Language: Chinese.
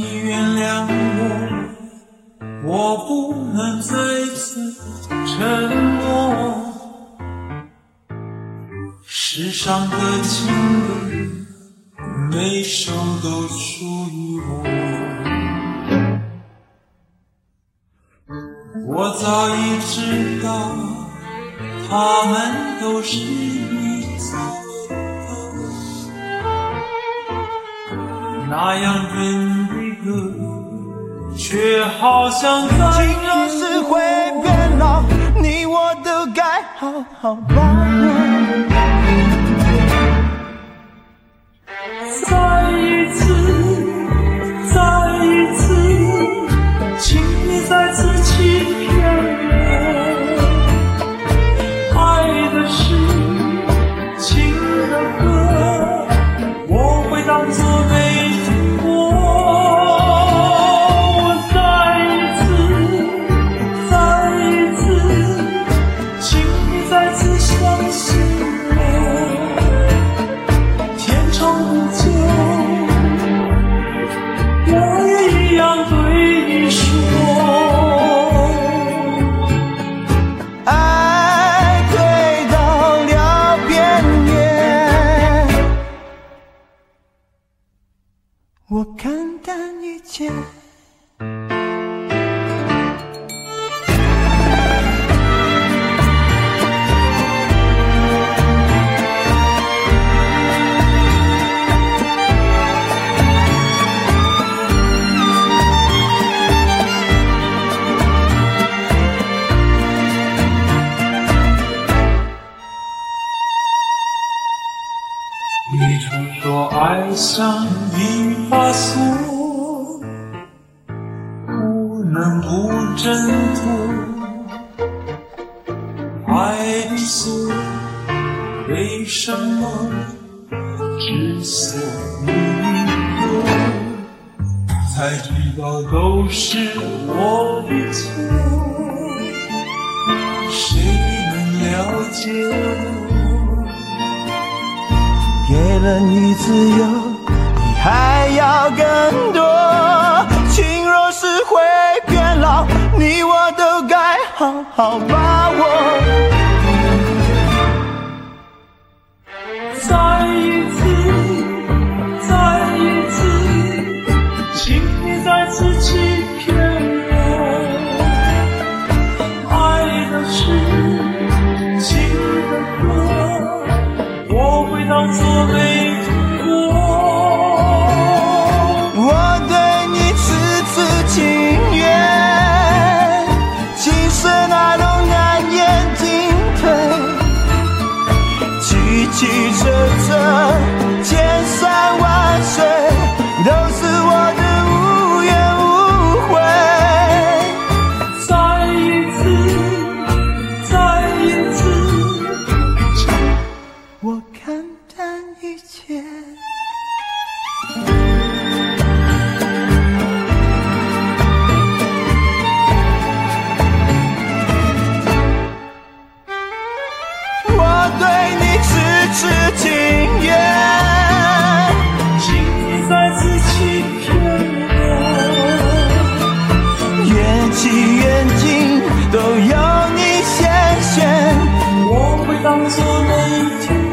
你原谅我，我不能再次沉默。世上的情歌，每首都属于我。我早已知道，他们都是你做的，那样真的歌，却好像在情若是会变老，你我都该好好把握。 再一次，再一次，请你再次欺骗我。爱的是情的歌，我会当作没听过。再一次，再一次，请你再次相信我。天长地久，我也一样对你说。 爱推到了边缘，我看淡一切。 你常说爱像一把锁，不能不挣脱。爱的锁为什么只锁你我？才知道都是我的错，谁能了解我？ 给了你自由，你还要更多。情若是会变老，你我都该好好把握。 再一次，再一次，请你再次欺骗我。爱的是情的歌，我会当作没听过。 我对你痴痴情愿，情深那种难言进退，曲曲折折，千山万水，都是我的无怨无悔。 再一次，再一次， 我看淡一切。我对你痴痴情愿， 请你再次欺骗我。 缘起缘尽都由你显现。 我会当作没听